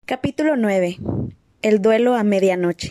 Capítulo 9. El duelo a medianoche.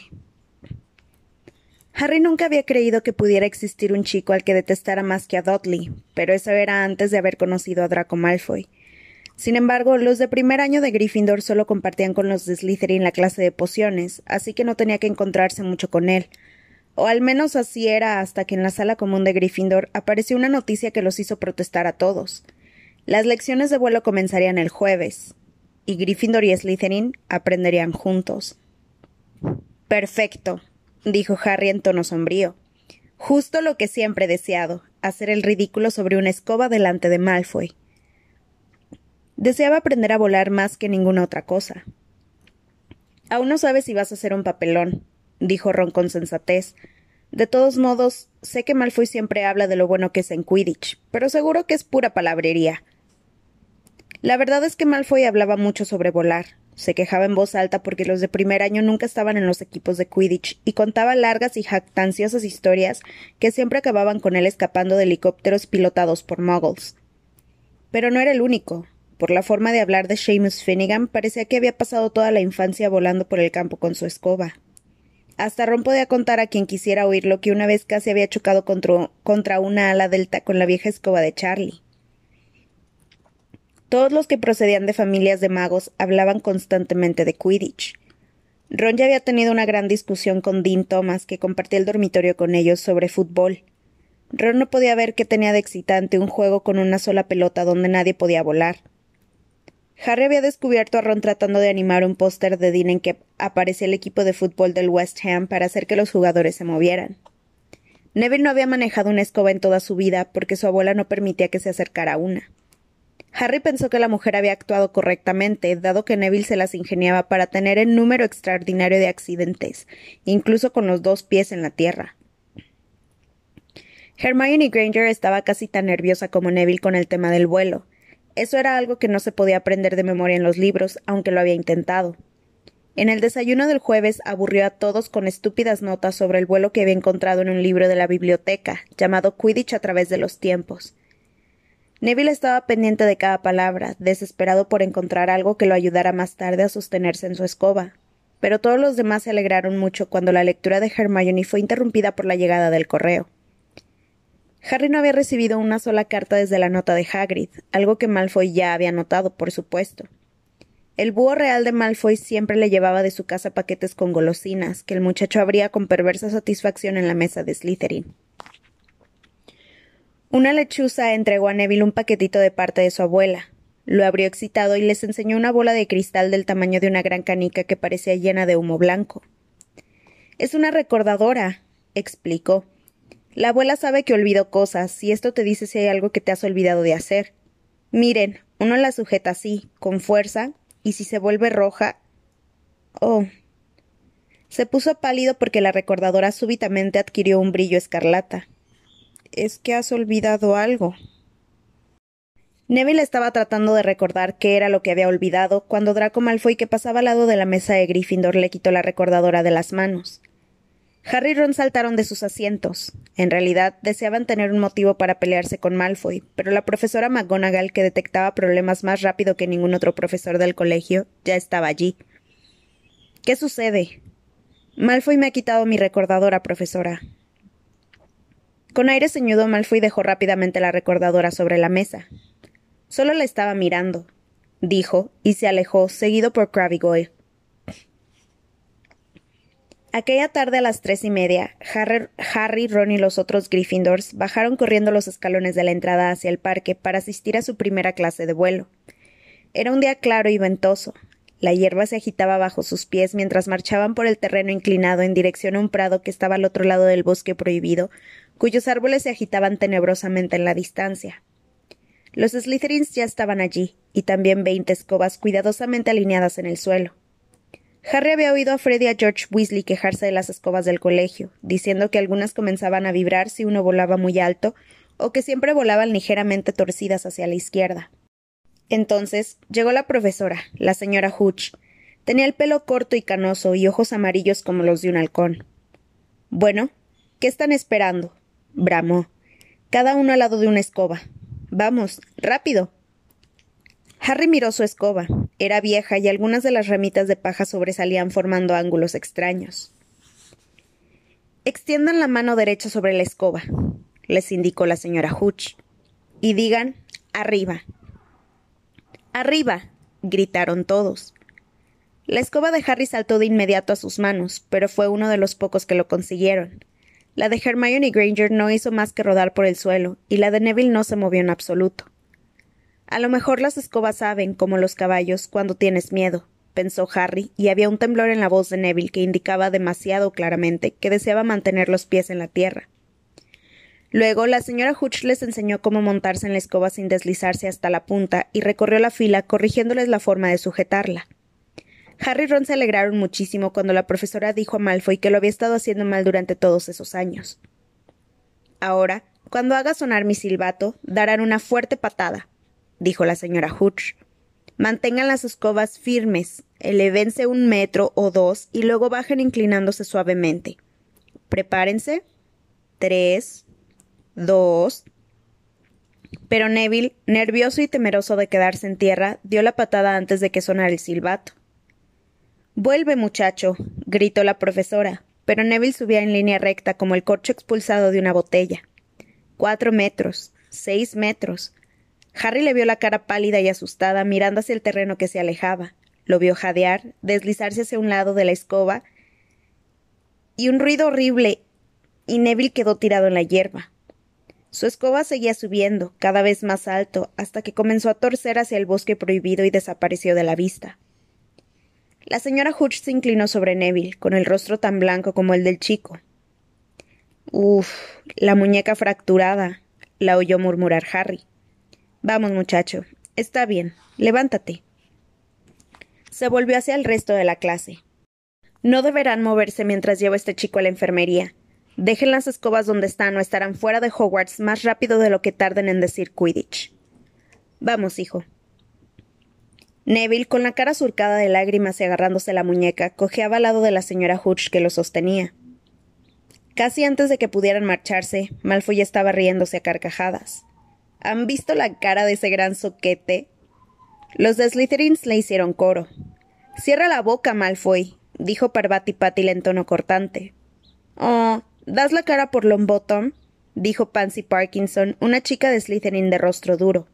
Harry nunca había creído que pudiera existir un chico al que detestara más que a Dudley, pero eso era antes de haber conocido a Draco Malfoy. Sin embargo, los de primer año de Gryffindor solo compartían con los de Slytherin la clase de pociones, así que no tenía que encontrarse mucho con él. O al menos así era hasta que en la sala común de Gryffindor apareció una noticia que los hizo protestar a todos. Las lecciones de vuelo comenzarían el jueves, y Gryffindor y Slytherin aprenderían juntos. «Perfecto», dijo Harry en tono sombrío. «Justo lo que siempre he deseado, hacer el ridículo sobre una escoba delante de Malfoy». Deseaba aprender a volar más que ninguna otra cosa. «Aún no sabes si vas a hacer un papelón», dijo Ron con sensatez. «De todos modos, sé que Malfoy siempre habla de lo bueno que es en Quidditch, pero seguro que es pura palabrería». La verdad es que Malfoy hablaba mucho sobre volar. Se quejaba en voz alta porque los de primer año nunca estaban en los equipos de Quidditch y contaba largas y jactanciosas historias que siempre acababan con él escapando de helicópteros pilotados por muggles. Pero no era el único. Por la forma de hablar de Seamus Finnegan parecía que había pasado toda la infancia volando por el campo con su escoba. Hasta Ron podía contar a quien quisiera oírlo que una vez casi había chocado contra una ala delta con la vieja escoba de Charlie. Todos los que procedían de familias de magos hablaban constantemente de Quidditch. Ron ya había tenido una gran discusión con Dean Thomas, que compartía el dormitorio con ellos, sobre fútbol. Ron no podía ver qué tenía de excitante un juego con una sola pelota donde nadie podía volar. Harry había descubierto a Ron tratando de animar un póster de Dean en que aparecía el equipo de fútbol del West Ham para hacer que los jugadores se movieran. Neville no había manejado una escoba en toda su vida porque su abuela no permitía que se acercara a una. Harry pensó que la mujer había actuado correctamente, dado que Neville se las ingeniaba para tener el número extraordinario de accidentes, incluso con los 2 pies en la tierra. Hermione Granger estaba casi tan nerviosa como Neville con el tema del vuelo. Eso era algo que no se podía aprender de memoria en los libros, aunque lo había intentado. En el desayuno del jueves aburrió a todos con estúpidas notas sobre el vuelo que había encontrado en un libro de la biblioteca, llamado Quidditch a través de los tiempos. Neville estaba pendiente de cada palabra, desesperado por encontrar algo que lo ayudara más tarde a sostenerse en su escoba. Pero todos los demás se alegraron mucho cuando la lectura de Hermione fue interrumpida por la llegada del correo. Harry no había recibido una sola carta desde la nota de Hagrid, algo que Malfoy ya había notado, por supuesto. El búho real de Malfoy siempre le llevaba de su casa paquetes con golosinas, que el muchacho abría con perversa satisfacción en la mesa de Slytherin. Una lechuza entregó a Neville un paquetito de parte de su abuela. Lo abrió excitado y les enseñó una bola de cristal del tamaño de una gran canica que parecía llena de humo blanco. «Es una recordadora», explicó. «La abuela sabe que olvido cosas, y esto te dice si hay algo que te has olvidado de hacer. Miren, uno la sujeta así, con fuerza, y si se vuelve roja...» «Oh». Se puso pálido porque la recordadora súbitamente adquirió un brillo escarlata. «Es que has olvidado algo». Neville estaba tratando de recordar qué era lo que había olvidado cuando Draco Malfoy, que pasaba al lado de la mesa de Gryffindor, le quitó la recordadora de las manos. Harry y Ron saltaron de sus asientos. En realidad, deseaban tener un motivo para pelearse con Malfoy, pero la profesora McGonagall, que detectaba problemas más rápido que ningún otro profesor del colegio, ya estaba allí. «¿Qué sucede?» «Malfoy me ha quitado mi recordadora, profesora». Con aire ceñudo, Malfoy dejó rápidamente la recordadora sobre la mesa. «Solo la estaba mirando», dijo, y se alejó, seguido por Crabbe y Goyle. Aquella tarde a las 3:30, Harry, Ron y los otros Gryffindors bajaron corriendo los escalones de la entrada hacia el parque para asistir a su primera clase de vuelo. Era un día claro y ventoso. La hierba se agitaba bajo sus pies mientras marchaban por el terreno inclinado en dirección a un prado que estaba al otro lado del bosque prohibido, cuyos árboles se agitaban tenebrosamente en la distancia. Los Slytherins ya estaban allí, y también 20 escobas cuidadosamente alineadas en el suelo. Harry había oído a Fred y a George Weasley quejarse de las escobas del colegio, diciendo que algunas comenzaban a vibrar si uno volaba muy alto, o que siempre volaban ligeramente torcidas hacia la izquierda. Entonces llegó la profesora, la señora Hooch. Tenía el pelo corto y canoso y ojos amarillos como los de un halcón. «Bueno, ¿qué están esperando?», bramó. «Cada uno al lado de una escoba. Vamos, rápido». Harry miró su escoba. Era vieja y algunas de las ramitas de paja sobresalían formando ángulos extraños. Extiendan la mano derecha sobre la escoba, les indicó la señora Hooch, y digan arriba. ¡Arriba! Gritaron todos. La escoba de Harry saltó de inmediato a sus manos, pero fue uno de los pocos que lo consiguieron. La de Hermione Granger no hizo más que rodar por el suelo, y la de Neville no se movió en absoluto. A lo mejor las escobas saben, como los caballos, cuando tienes miedo, pensó Harry, y había un temblor en la voz de Neville que indicaba demasiado claramente que deseaba mantener los pies en la tierra. Luego, la señora Hooch les enseñó cómo montarse en la escoba sin deslizarse hasta la punta y recorrió la fila corrigiéndoles la forma de sujetarla. Harry y Ron se alegraron muchísimo cuando la profesora dijo a Malfoy que lo había estado haciendo mal durante todos esos años. Ahora, cuando haga sonar mi silbato, darán una fuerte patada, dijo la señora Hooch. Mantengan las escobas firmes, elévense 1 metro o 2 y luego bajen inclinándose suavemente. Prepárense. 3, 2. Pero Neville, nervioso y temeroso de quedarse en tierra, dio la patada antes de que sonara el silbato. «Vuelve, muchacho», gritó la profesora, pero Neville subía en línea recta como el corcho expulsado de una botella. 4 metros, 6 metros. Harry le vio la cara pálida y asustada mirando hacia el terreno que se alejaba. Lo vio jadear, deslizarse hacia un lado de la escoba, y un ruido horrible, y Neville quedó tirado en la hierba. Su escoba seguía subiendo, cada vez más alto, hasta que comenzó a torcer hacia el bosque prohibido y desapareció de la vista. La señora Hooch se inclinó sobre Neville, con el rostro tan blanco como el del chico. «Uf, la muñeca fracturada», la oyó murmurar Harry. «Vamos, muchacho. Está bien. Levántate». Se volvió hacia el resto de la clase. «No deberán moverse mientras llevo a este chico a la enfermería. Dejen las escobas donde están o estarán fuera de Hogwarts más rápido de lo que tarden en decir Quidditch. Vamos, hijo». Neville, con la cara surcada de lágrimas y agarrándose la muñeca, cojeaba al lado de la señora Hooch que lo sostenía. Casi antes de que pudieran marcharse, Malfoy estaba riéndose a carcajadas. ¿Han visto la cara de ese gran soquete? Los de Slytherins le hicieron coro. «Cierra la boca, Malfoy», dijo Parvati Patil en tono cortante. «Oh, ¿das la cara por Longbottom?», dijo Pansy Parkinson, una chica de Slytherin de rostro duro.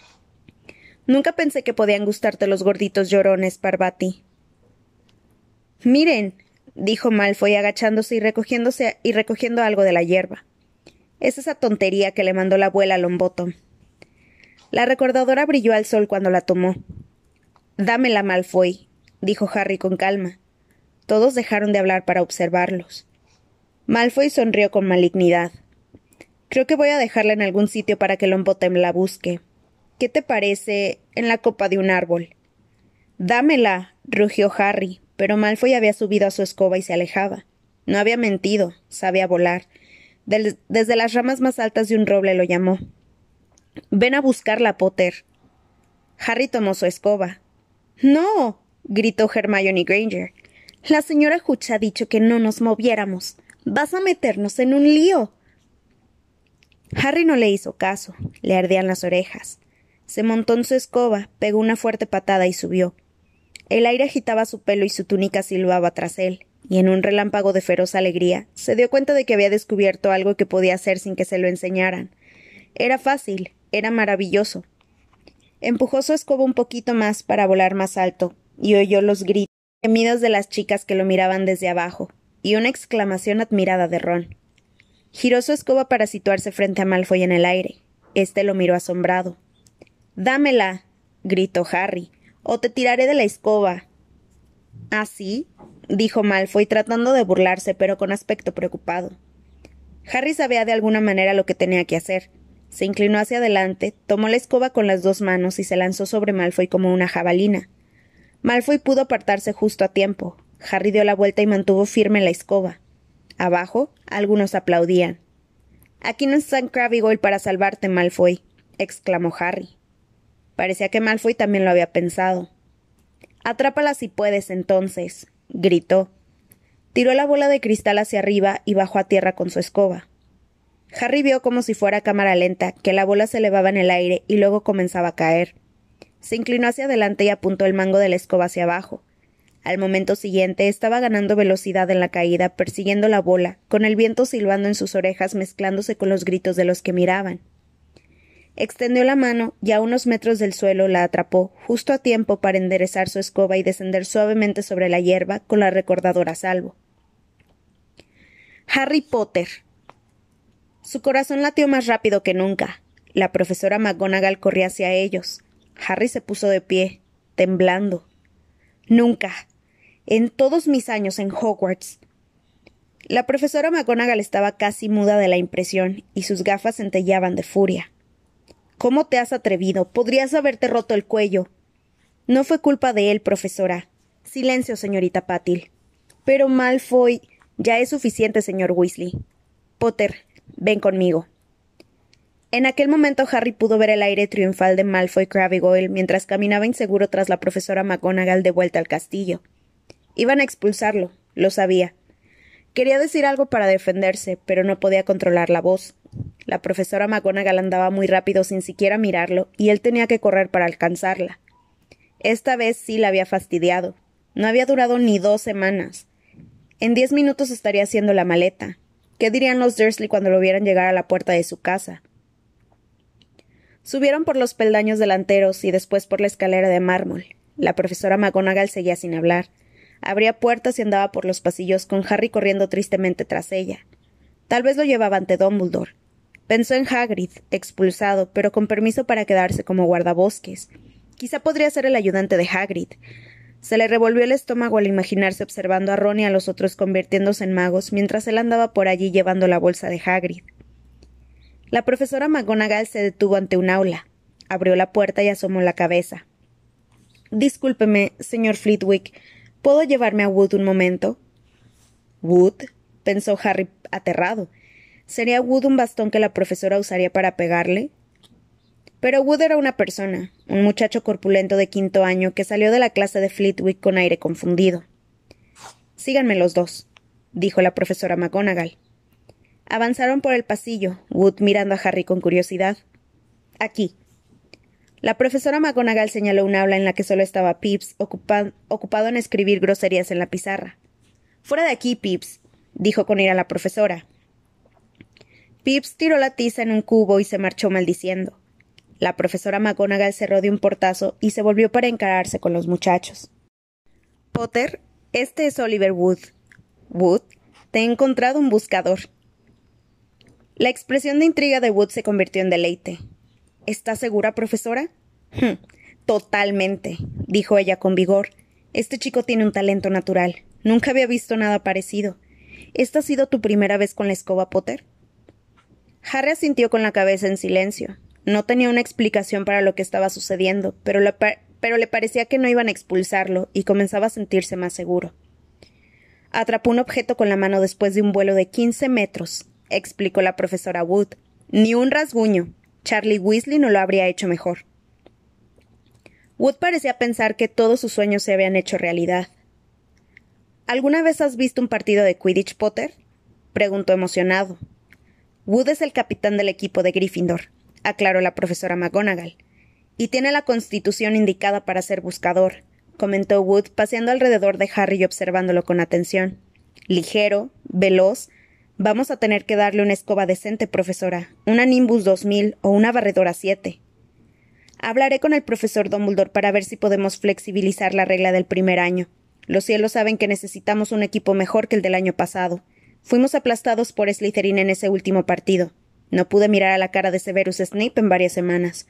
«Nunca pensé que podían gustarte los gorditos llorones, Parvati». «Miren», dijo Malfoy agachándose y recogiendo algo de la hierba. «Es esa tontería que le mandó la abuela a Longbottom». La recordadora brilló al sol cuando la tomó. «Dámela, Malfoy», dijo Harry con calma. Todos dejaron de hablar para observarlos. Malfoy sonrió con malignidad. «Creo que voy a dejarla en algún sitio para que Longbottom la busque. ¿Qué te parece en la copa de un árbol?» «Dámela», rugió Harry, pero Malfoy había subido a su escoba y se alejaba. No había mentido, sabía volar. Desde las ramas más altas de un roble lo llamó. «Ven a buscarla, Potter». Harry tomó su escoba. «¡No!», gritó Hermione Granger. «La señora Hooch ha dicho que no nos moviéramos. Vas a meternos en un lío». Harry no le hizo caso. Le ardían las orejas. Se montó en su escoba, pegó una fuerte patada y subió. El aire agitaba su pelo y su túnica silbaba tras él, y en un relámpago de feroz alegría se dio cuenta de que había descubierto algo que podía hacer sin que se lo enseñaran. Era fácil, era maravilloso. Empujó su escoba un poquito más para volar más alto, y oyó los gritos, gemidos de las chicas que lo miraban desde abajo, y una exclamación admirada de Ron. Giró su escoba para situarse frente a Malfoy en el aire. Este lo miró asombrado. «¡Dámela!», gritó Harry, «o te tiraré de la escoba». «¿Ah, sí?», dijo Malfoy tratando de burlarse, pero con aspecto preocupado. Harry sabía de alguna manera lo que tenía que hacer. Se inclinó hacia adelante, tomó la escoba con las 2 manos y se lanzó sobre Malfoy como una jabalina. Malfoy pudo apartarse justo a tiempo. Harry dio la vuelta y mantuvo firme la escoba. Abajo, algunos aplaudían. «Aquí no está Crabbe y Goyle para salvarte, Malfoy», exclamó Harry. Parecía que Malfoy también lo había pensado. «Atrápala si puedes, entonces», gritó. Tiró la bola de cristal hacia arriba y bajó a tierra con su escoba. Harry vio como si fuera a cámara lenta que la bola se elevaba en el aire y luego comenzaba a caer. Se inclinó hacia adelante y apuntó el mango de la escoba hacia abajo. Al momento siguiente estaba ganando velocidad en la caída, persiguiendo la bola, con el viento silbando en sus orejas mezclándose con los gritos de los que miraban. Extendió la mano y a unos metros del suelo la atrapó, justo a tiempo para enderezar su escoba y descender suavemente sobre la hierba con la recordadora a salvo. Harry Potter. Su corazón latió más rápido que nunca. La profesora McGonagall corría hacia ellos. Harry se puso de pie, temblando. Nunca, en todos mis años en Hogwarts. La profesora McGonagall estaba casi muda de la impresión y sus gafas centelleaban de furia. ¿Cómo te has atrevido? Podrías haberte roto el cuello. No fue culpa de él, profesora. Silencio, señorita Patil. Pero Malfoy... Ya es suficiente, señor Weasley. Potter, ven conmigo. En aquel momento Harry pudo ver el aire triunfal de Malfoy Crabbe Goyle mientras caminaba inseguro tras la profesora McGonagall de vuelta al castillo. Iban a expulsarlo, lo sabía. Quería decir algo para defenderse, pero no podía controlar la voz. La profesora McGonagall andaba muy rápido sin siquiera mirarlo, y él tenía que correr para alcanzarla. Esta vez sí la había fastidiado. No había durado ni 2 semanas. En 10 minutos estaría haciendo la maleta. ¿Qué dirían los Dursley cuando lo vieran llegar a la puerta de su casa? Subieron por los peldaños delanteros y después por la escalera de mármol. La profesora McGonagall seguía sin hablar. Abría puertas y andaba por los pasillos con Harry corriendo tristemente tras ella. Tal vez lo llevaba ante Dumbledore. Pensó en Hagrid, expulsado, pero con permiso para quedarse como guardabosques. Quizá podría ser el ayudante de Hagrid. Se le revolvió el estómago al imaginarse observando a Ron y a los otros convirtiéndose en magos mientras él andaba por allí llevando la bolsa de Hagrid. La profesora McGonagall se detuvo ante un aula. Abrió la puerta y asomó la cabeza. Discúlpeme, señor Flitwick, ¿puedo llevarme a Wood un momento? ¿Wood? Pensó Harry aterrado. ¿Sería Wood un bastón que la profesora usaría para pegarle? Pero Wood era una persona, un muchacho corpulento de 5º año que salió de la clase de Flitwick con aire confundido. Síganme los dos, dijo la profesora McGonagall. Avanzaron por el pasillo, Wood mirando a Harry con curiosidad. Aquí. La profesora McGonagall señaló un aula en la que solo estaba Pips, ocupado en escribir groserías en la pizarra. «Fuera de aquí, Pips», dijo con ira la profesora. Pips tiró la tiza en un cubo y se marchó maldiciendo. La profesora McGonagall cerró de un portazo y se volvió para encararse con los muchachos. «Potter, este es Oliver Wood. Wood, te he encontrado un buscador». La expresión de intriga de Wood se convirtió en deleite. «¿Estás segura, profesora?» Totalmente, dijo ella con vigor. Este chico tiene un talento natural. Nunca había visto nada parecido. ¿Esta ha sido tu primera vez con la escoba, Potter? Harry asintió con la cabeza en silencio. No tenía una explicación para lo que estaba sucediendo, pero le parecía que no iban a expulsarlo y comenzaba a sentirse más seguro. Atrapó un objeto con la mano después de un vuelo de 15 metros, explicó la profesora Wood. Ni un rasguño. Charlie Weasley no lo habría hecho mejor. Wood parecía pensar que todos sus sueños se habían hecho realidad. ¿Alguna vez has visto un partido de Quidditch, Potter? Preguntó emocionado. Wood es el capitán del equipo de Gryffindor, aclaró la profesora McGonagall, y tiene la constitución indicada para ser buscador, comentó Wood paseando alrededor de Harry y observándolo con atención. Ligero, veloz. Vamos a tener que darle una escoba decente, profesora, una Nimbus 2000 o una barredora 7. Hablaré con el profesor Dumbledore para ver si podemos flexibilizar la regla del primer año. Los cielos saben que necesitamos un equipo mejor que el del año pasado. Fuimos aplastados por Slytherin en ese último partido. No pude mirar a la cara de Severus Snape en varias semanas.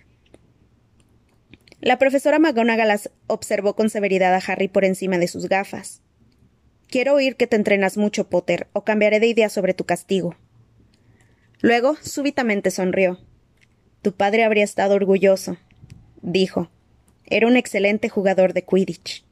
La profesora McGonagall observó con severidad a Harry por encima de sus gafas. Quiero oír que te entrenas mucho, Potter, o cambiaré de idea sobre tu castigo. Luego, súbitamente sonrió. Tu padre habría estado orgulloso, dijo. Era un excelente jugador de Quidditch.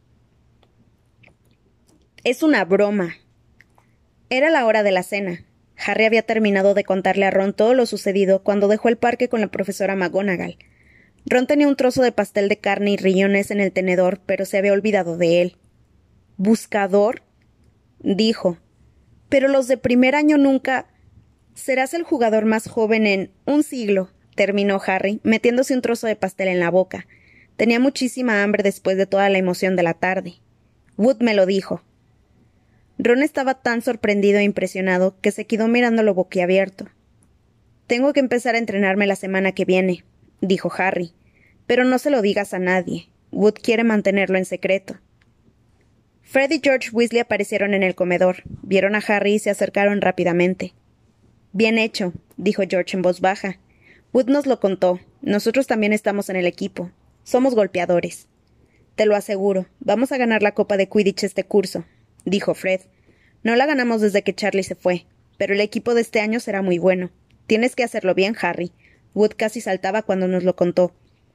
Es una broma. Era la hora de la cena. Harry había terminado de contarle a Ron todo lo sucedido cuando dejó el parque con la profesora McGonagall. Ron tenía un trozo de pastel de carne y riñones en el tenedor, pero se había olvidado de él. ¿Buscador? Dijo. Pero los de primer año nunca... Serás el jugador más joven en un siglo, terminó Harry, metiéndose un trozo de pastel en la boca. Tenía muchísima hambre después de toda la emoción de la tarde. Wood me lo dijo. Ron estaba tan sorprendido e impresionado que se quedó mirándolo boquiabierto. «Tengo que empezar a entrenarme la semana que viene», dijo Harry. «Pero no se lo digas a nadie. Wood quiere mantenerlo en secreto». Fred y George Weasley aparecieron en el comedor, vieron a Harry y se acercaron rápidamente. «Bien hecho», dijo George en voz baja. «Wood nos lo contó. Nosotros también estamos en el equipo. Somos golpeadores». «Te lo aseguro. Vamos a ganar la Copa de Quidditch este curso», dijo Fred. «No la ganamos desde que Charlie se fue, pero el equipo de este año será muy bueno. Tienes que hacerlo bien, Harry». Wood casi saltaba cuando nos lo contó.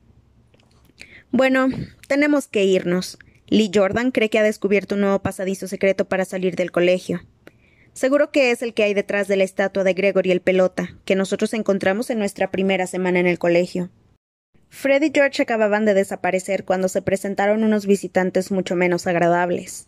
«Bueno, tenemos que irnos. Lee Jordan cree que ha descubierto un nuevo pasadizo secreto para salir del colegio. Seguro que es el que hay detrás de la estatua de Gregory el Pelota, que nosotros encontramos en nuestra primera semana en el colegio». Fred y George acababan de desaparecer cuando se presentaron unos visitantes mucho menos agradables.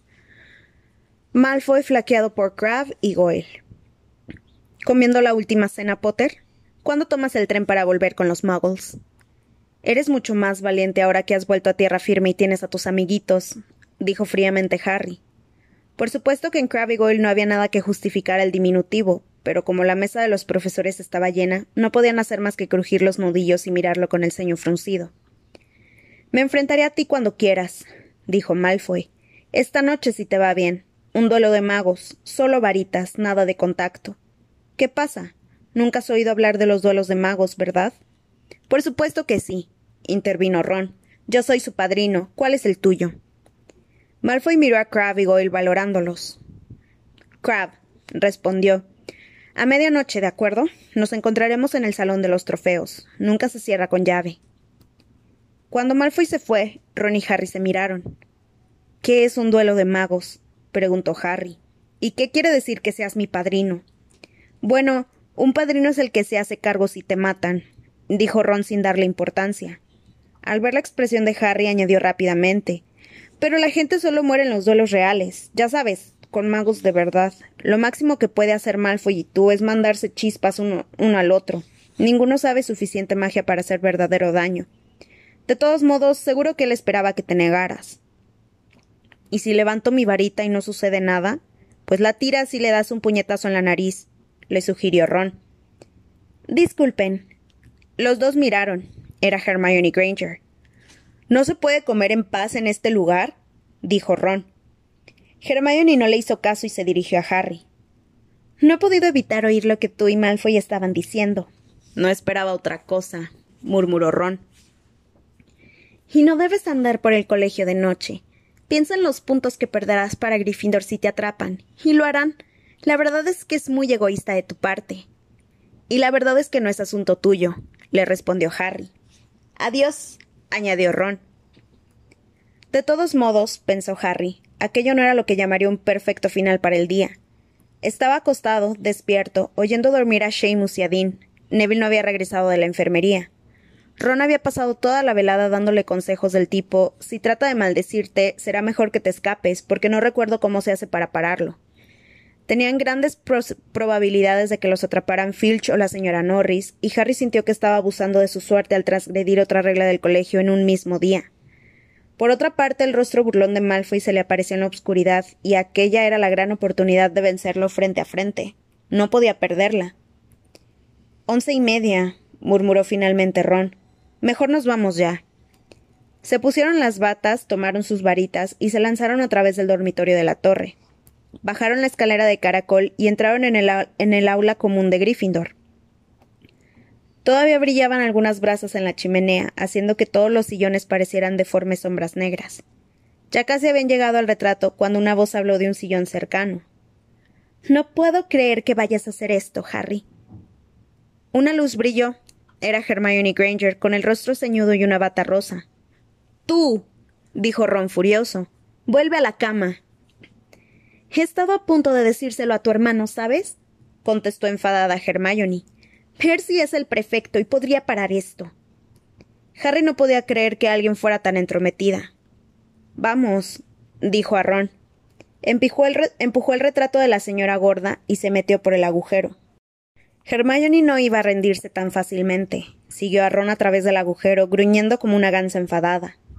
Malfoy flaqueado por Crabbe y Goyle. «¿Comiendo la última cena, Potter? ¿Cuándo tomas el tren para volver con los Muggles?» «Eres mucho más valiente ahora que has vuelto a tierra firme y tienes a tus amiguitos», dijo fríamente Harry. Por supuesto que en Crabbe y Goyle no había nada que justificar el diminutivo, pero como la mesa de los profesores estaba llena, no podían hacer más que crujir los nudillos y mirarlo con el ceño fruncido. «Me enfrentaré a ti cuando quieras», dijo Malfoy. «Esta noche si te va bien. Un duelo de magos, solo varitas, nada de contacto». «¿Qué pasa? Nunca has oído hablar de los duelos de magos, ¿verdad?» «Por supuesto que sí», intervino Ron. «Yo soy su padrino. ¿Cuál es el tuyo?» Malfoy miró a Crabbe y Goyle valorándolos. «Crabbe», respondió. «A medianoche, ¿de acuerdo? Nos encontraremos en el salón de los trofeos. Nunca se cierra con llave». Cuando Malfoy se fue, Ron y Harry se miraron. «¿Qué es un duelo de magos?», preguntó Harry. «¿Y qué quiere decir que seas mi padrino?» «Bueno, un padrino es el que se hace cargo si te matan», dijo Ron sin darle importancia. Al ver la expresión de Harry añadió rápidamente. «Pero la gente solo muere en los duelos reales, ya sabes, con magos de verdad. Lo máximo que puede hacer Malfoy y tú es mandarse chispas uno al otro. Ninguno sabe suficiente magia para hacer verdadero daño. De todos modos, seguro que él esperaba que te negaras». «¿Y si levanto mi varita y no sucede nada? Pues la tiras y le das un puñetazo en la nariz», le sugirió Ron. «Disculpen». Los dos miraron. Era Hermione Granger. «¿No se puede comer en paz en este lugar?», dijo Ron. Hermione no le hizo caso y se dirigió a Harry. «No he podido evitar oír lo que tú y Malfoy estaban diciendo». «No esperaba otra cosa», murmuró Ron. «Y no debes andar por el colegio de noche. Piensa en los puntos que perderás para Gryffindor si te atrapan. Y lo harán. La verdad es que es muy egoísta de tu parte». «Y la verdad es que no es asunto tuyo», le respondió Harry. «Adiós», añadió Ron. De todos modos, pensó Harry, aquello no era lo que llamaría un perfecto final para el día. Estaba acostado, despierto, oyendo dormir a Seamus y a Dean. Neville no había regresado de la enfermería. Ron había pasado toda la velada dándole consejos del tipo: «Si trata de maldecirte, será mejor que te escapes, porque no recuerdo cómo se hace para pararlo». Tenían grandes probabilidades de que los atraparan Filch o la señora Norris, y Harry sintió que estaba abusando de su suerte al transgredir otra regla del colegio en un mismo día. Por otra parte, el rostro burlón de Malfoy se le apareció en la oscuridad, y aquella era la gran oportunidad de vencerlo frente a frente. No podía perderla. 11:30, murmuró finalmente Ron. «Mejor nos vamos ya». Se pusieron las batas, tomaron sus varitas y se lanzaron a través del dormitorio de la torre. Bajaron la escalera de caracol y entraron en el aula común de Gryffindor. Todavía brillaban algunas brasas en la chimenea, haciendo que todos los sillones parecieran deformes sombras negras. Ya casi habían llegado al retrato cuando una voz habló de un sillón cercano. «No puedo creer que vayas a hacer esto, Harry». Una luz brilló. Era Hermione Granger, con el rostro ceñudo y una bata rosa. «¡Tú!», dijo Ron furioso. «Vuelve a la cama». «He estado a punto de decírselo a tu hermano, ¿sabes?», contestó enfadada Hermione. «Percy es el prefecto y podría parar esto». Harry no podía creer que alguien fuera tan entrometida. «Vamos», dijo a Ron. Empujó el retrato de la señora gorda y se metió por el agujero. Hermione no iba a rendirse tan fácilmente. Siguió a Ron a través del agujero, gruñendo como una gansa enfadada.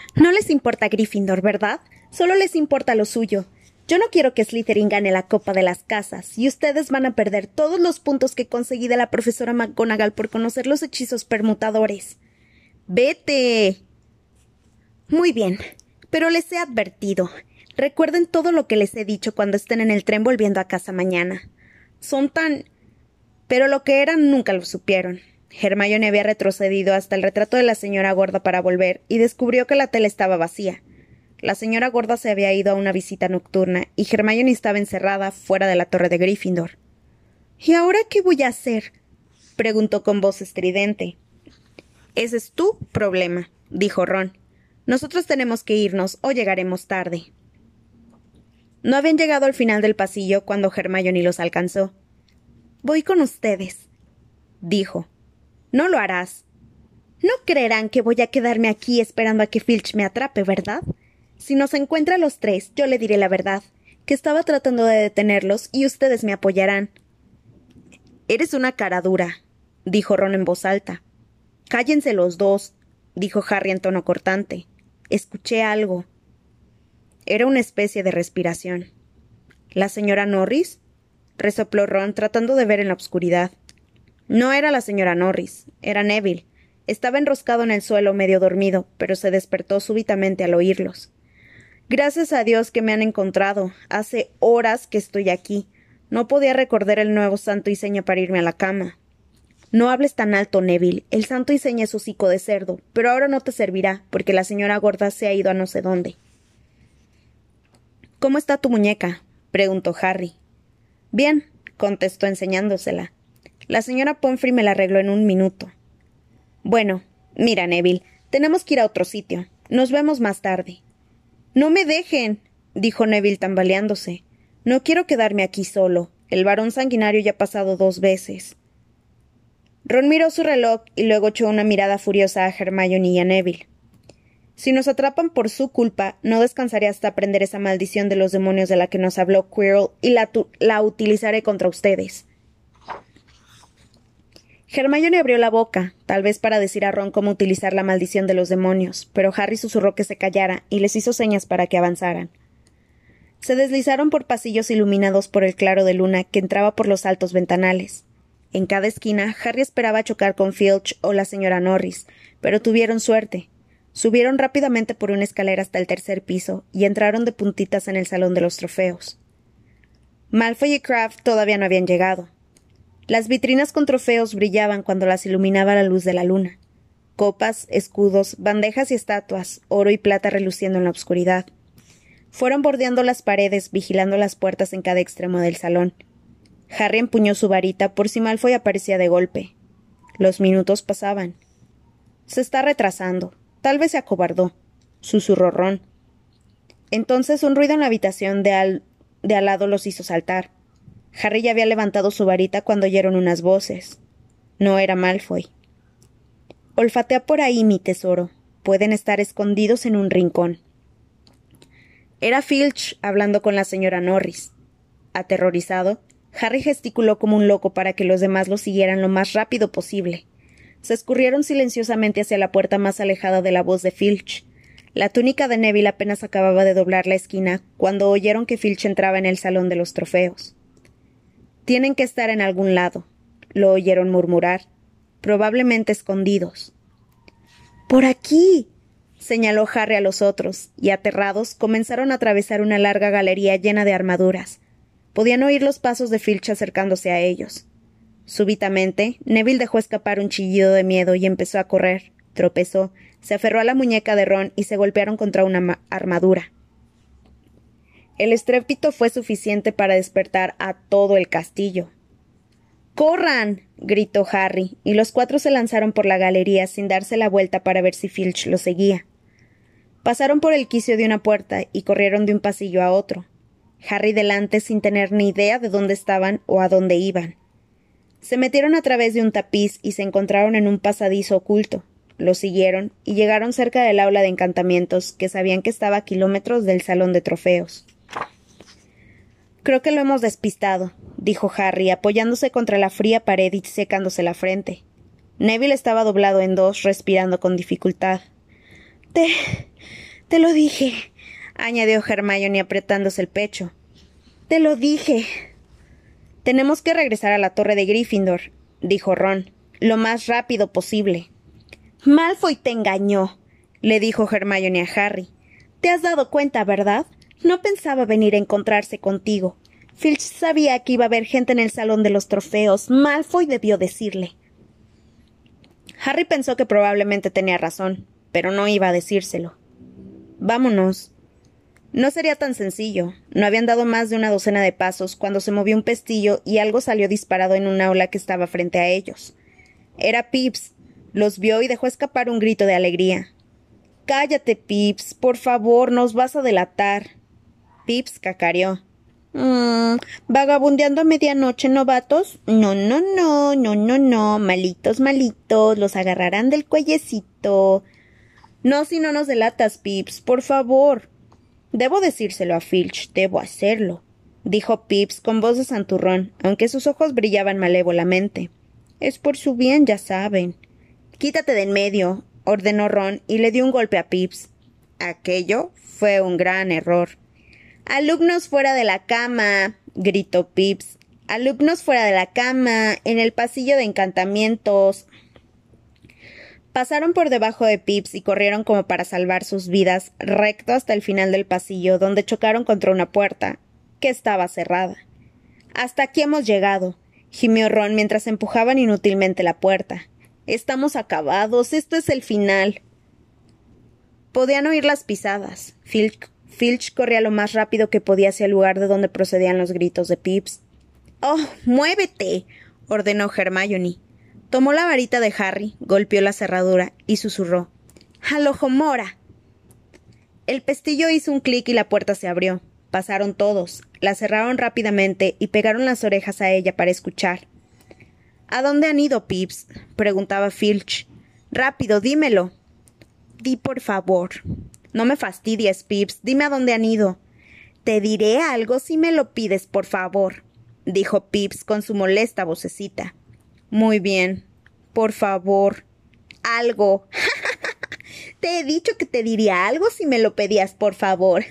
No les importa Gryffindor, ¿verdad? Solo les importa lo suyo. Yo no quiero que Slytherin gane la Copa de las Casas, y ustedes van a perder todos los puntos que conseguí de la profesora McGonagall por conocer los hechizos permutadores. ¡Vete! Muy bien, pero les he advertido. Recuerden todo lo que les he dicho cuando estén en el tren volviendo a casa mañana. Son tan... Pero lo que eran nunca lo supieron. Hermione había retrocedido hasta el retrato de la señora gorda para volver, y descubrió que la tela estaba vacía. La señora gorda se había ido a una visita nocturna, y Hermione estaba encerrada fuera de la torre de Gryffindor. ¿Y ahora qué voy a hacer?, preguntó con voz estridente. Ese es tu problema, dijo Ron. Nosotros tenemos que irnos o llegaremos tarde. No habían llegado al final del pasillo cuando Hermione los alcanzó. Voy con ustedes, dijo. No lo harás. No creerán que voy a quedarme aquí esperando a que Filch me atrape, ¿verdad? Si nos encuentra a los tres, yo le diré la verdad, que estaba tratando de detenerlos y ustedes me apoyarán. Eres una cara dura, dijo Ron en voz alta. Cállense los dos, dijo Harry en tono cortante. Escuché algo. Era una especie de respiración. ¿La señora Norris?, resopló Ron, tratando de ver en la oscuridad. No era la señora Norris, era Neville. Estaba enroscado en el suelo medio dormido, pero se despertó súbitamente al oírlos. Gracias a Dios que me han encontrado. Hace horas que estoy aquí. No podía recordar el nuevo santo y seña para irme a la cama. No hables tan alto, Neville. El santo y seña es hocico de cerdo, pero ahora no te servirá, porque la señora gorda se ha ido a no sé dónde. ¿Cómo está tu muñeca?, preguntó Harry. Bien, contestó enseñándosela. La señora Pomfrey me la arregló en 1 minuto. Bueno, mira, Neville, tenemos que ir a otro sitio. Nos vemos más tarde. No me dejen, dijo Neville tambaleándose. No quiero quedarme aquí solo. El varón sanguinario ya ha pasado 2 veces. Ron miró su reloj y luego echó una mirada furiosa a Hermione y a Neville. Si nos atrapan por su culpa, no descansaré hasta aprender esa maldición de los demonios de la que nos habló Quirrell y la utilizaré contra ustedes. Hermione abrió la boca, tal vez para decir a Ron cómo utilizar la maldición de los demonios, pero Harry susurró que se callara y les hizo señas para que avanzaran. Se deslizaron por pasillos iluminados por el claro de luna que entraba por los altos ventanales. En cada esquina, Harry esperaba chocar con Filch o la señora Norris, pero tuvieron suerte. Subieron rápidamente por una escalera hasta el 3er piso y entraron de puntitas en el salón de los trofeos. Malfoy y Crabbe todavía no habían llegado. Las vitrinas con trofeos brillaban cuando las iluminaba la luz de la luna. Copas, escudos, bandejas y estatuas, oro y plata reluciendo en la oscuridad. Fueron bordeando las paredes, vigilando las puertas en cada extremo del salón. Harry empuñó su varita por si Malfoy aparecía de golpe. Los minutos pasaban. Se está retrasando. Tal vez se acobardó, susurró Ron. Entonces un ruido en la habitación de al lado los hizo saltar. Harry ya había levantado su varita cuando oyeron unas voces. No era Malfoy. Olfatea por ahí, mi tesoro. Pueden estar escondidos en un rincón. Era Filch hablando con la señora Norris. Aterrorizado, Harry gesticuló como un loco para que los demás lo siguieran lo más rápido posible. Se escurrieron silenciosamente hacia la puerta más alejada de la voz de Filch. La túnica de Neville apenas acababa de doblar la esquina cuando oyeron que Filch entraba en el salón de los trofeos. Tienen que estar en algún lado, lo oyeron murmurar, probablemente escondidos. ¡Por aquí!, señaló Harry a los otros, y aterrados comenzaron a atravesar una larga galería llena de armaduras. Podían oír los pasos de Filch acercándose a ellos. Súbitamente, Neville dejó escapar un chillido de miedo y empezó a correr. Tropezó, se aferró a la muñeca de Ron y se golpearon contra una armadura. El estrépito fue suficiente para despertar a todo el castillo. ¡Corran!, gritó Harry, y los 4 se lanzaron por la galería sin darse la vuelta para ver si Filch los seguía. Pasaron por el quicio de una puerta y corrieron de un pasillo a otro. Harry delante sin tener ni idea de dónde estaban o a dónde iban. Se metieron a través de un tapiz y se encontraron en un pasadizo oculto. Lo siguieron y llegaron cerca del aula de encantamientos, que sabían que estaba a kilómetros del salón de trofeos. Creo que lo hemos despistado, dijo Harry, apoyándose contra la fría pared y secándose la frente. Neville estaba doblado en 2, respirando con dificultad. Te lo dije, añadió Hermione apretándose el pecho. Te lo dije. Tenemos que regresar a la torre de Gryffindor, dijo Ron, lo más rápido posible. Malfoy te engañó, le dijo Hermione a Harry. Te has dado cuenta, ¿verdad? No pensaba venir a encontrarse contigo. Filch sabía que iba a haber gente en el salón de los trofeos. Malfoy debió decirle. Harry pensó que probablemente tenía razón, pero no iba a decírselo. Vámonos. No sería tan sencillo. No habían dado más de una docena de pasos cuando se movió un pestillo y algo salió disparado en un aula que estaba frente a ellos. Era Pips. Los vio y dejó escapar un grito de alegría. «Cállate, Pips. Por favor, nos vas a delatar». Pips cacareó. ¿Vagabundeando a medianoche, novatos? No, no, no, no, no, no. Malitos, malitos. Los agarrarán del cuellecito. No, si no nos delatas, Pips. Por favor. Debo decírselo a Filch. Debo hacerlo, dijo Pips con voz de santurrón, aunque sus ojos brillaban malévolamente. Es por su bien, ya saben. Quítate de en medio, ordenó Ron y le dio un golpe a Pips. Aquello fue un gran error. «Alumnos fuera de la cama», gritó Pips. «Alumnos fuera de la cama, en el pasillo de encantamientos». Pasaron por debajo de Pips y corrieron como para salvar sus vidas, recto hasta el final del pasillo, donde chocaron contra una puerta, que estaba cerrada. «Hasta aquí hemos llegado», gimió Ron mientras empujaban inútilmente la puerta. «Estamos acabados, esto es el final». Podían oír las pisadas. Filch corría lo más rápido que podía hacia el lugar de donde procedían los gritos de Pips. «¡Oh, muévete!», ordenó Hermione. Tomó la varita de Harry, golpeó la cerradura y susurró. «¡Alohomora!». El pestillo hizo un clic y la puerta se abrió. Pasaron todos, la cerraron rápidamente y pegaron las orejas a ella para escuchar. «¿A dónde han ido, Pips?», preguntaba Filch. «Rápido, dímelo». «Di, por favor». «No me fastidies, Pips. Dime a dónde han ido». «Te diré algo si me lo pides, por favor», dijo Pips con su molesta vocecita. «Muy bien. Por favor». «Algo». «Te he dicho que te diría algo si me lo pedías, por favor».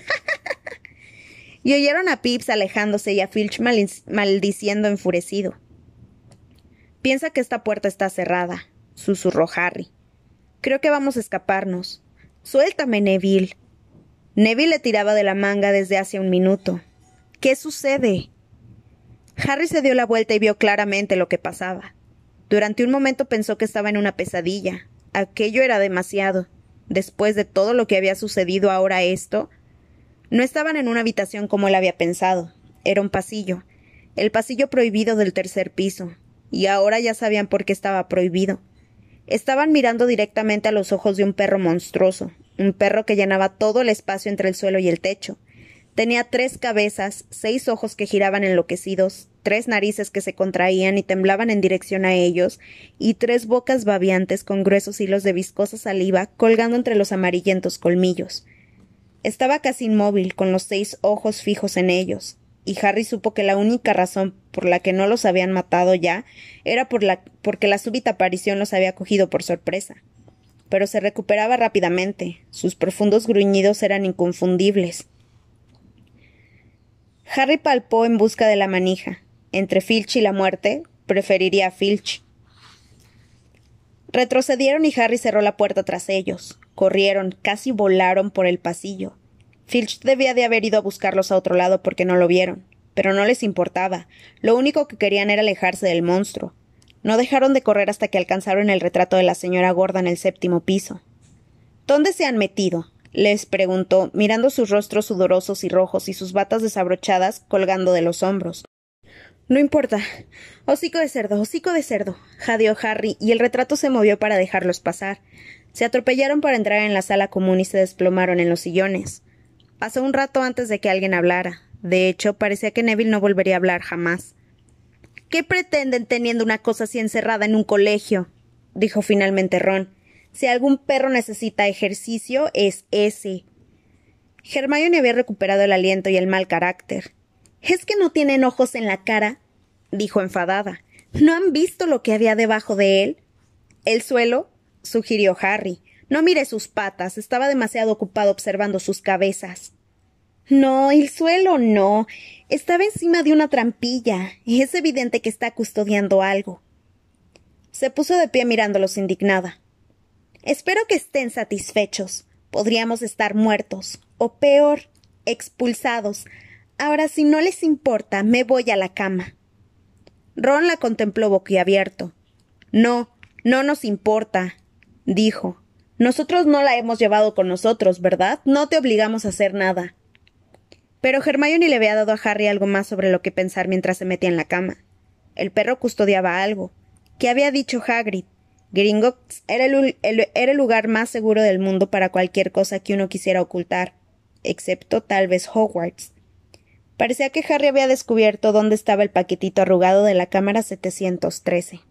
Y oyeron a Pips alejándose y a Filch maldiciendo enfurecido. «Piensa que esta puerta está cerrada», susurró Harry. «Creo que vamos a escaparnos». «Suéltame, Neville». Neville le tiraba de la manga desde hace un minuto. «¿Qué sucede?» Harry se dio la vuelta y vio claramente lo que pasaba. Durante un momento pensó que estaba en una pesadilla. Aquello era demasiado. Después de todo lo que había sucedido, ahora esto. No estaban en una habitación como él había pensado. Era un pasillo. El pasillo prohibido del tercer piso. Y ahora ya sabían por qué estaba prohibido. Estaban mirando directamente a los ojos de un perro monstruoso, un perro que llenaba todo el espacio entre el suelo y el techo. Tenía 3 cabezas, 6 ojos que giraban enloquecidos, 3 narices que se contraían y temblaban en dirección a ellos, y 3 bocas babeantes con gruesos hilos de viscosa saliva colgando entre los amarillentos colmillos. Estaba casi inmóvil, con los 6 ojos fijos en ellos, y Harry supo que la única razón por la que no los habían matado ya era porque la súbita aparición los había cogido por sorpresa. Pero se recuperaba rápidamente. Sus profundos gruñidos eran inconfundibles. Harry palpó en busca de la manija. Entre Filch y la muerte, preferiría a Filch. Retrocedieron y Harry cerró la puerta tras ellos. Corrieron, casi volaron por el pasillo. Filch debía de haber ido a buscarlos a otro lado porque no lo vieron, pero no les importaba. Lo único que querían era alejarse del monstruo. No dejaron de correr hasta que alcanzaron el retrato de la señora gorda en el 7º piso. «¿Dónde se han metido?», les preguntó, mirando sus rostros sudorosos y rojos y sus batas desabrochadas colgando de los hombros. «No importa. Hocico de cerdo, jadeó Harry, y el retrato se movió para dejarlos pasar. Se atropellaron para entrar en la sala común y se desplomaron en los sillones. Pasó un rato antes de que alguien hablara. De hecho, parecía que Neville no volvería a hablar jamás. «¿Qué pretenden teniendo una cosa así encerrada en un colegio?», dijo finalmente Ron. «Si algún perro necesita ejercicio, es ese». Hermione había recuperado el aliento y el mal carácter. «¿Es que no tienen ojos en la cara?», dijo enfadada. «¿No han visto lo que había debajo de él?». «El suelo», sugirió Harry. No miré sus patas, estaba demasiado ocupado observando sus cabezas. No, el suelo no. Estaba encima de una trampilla. Es evidente que está custodiando algo. Se puso de pie mirándolos indignada. Espero que estén satisfechos. Podríamos estar muertos. O peor, expulsados. Ahora, si no les importa, me voy a la cama. Ron la contempló boquiabierto. No, no nos importa, dijo. Nosotros no la hemos llevado con nosotros, ¿verdad? No te obligamos a hacer nada. Pero Hermione le había dado a Harry algo más sobre lo que pensar mientras se metía en la cama. El perro custodiaba algo. ¿Qué había dicho Hagrid? Gringotts era el lugar más seguro del mundo para cualquier cosa que uno quisiera ocultar, excepto tal vez Hogwarts. Parecía que Harry había descubierto dónde estaba el paquetito arrugado de la cámara 713.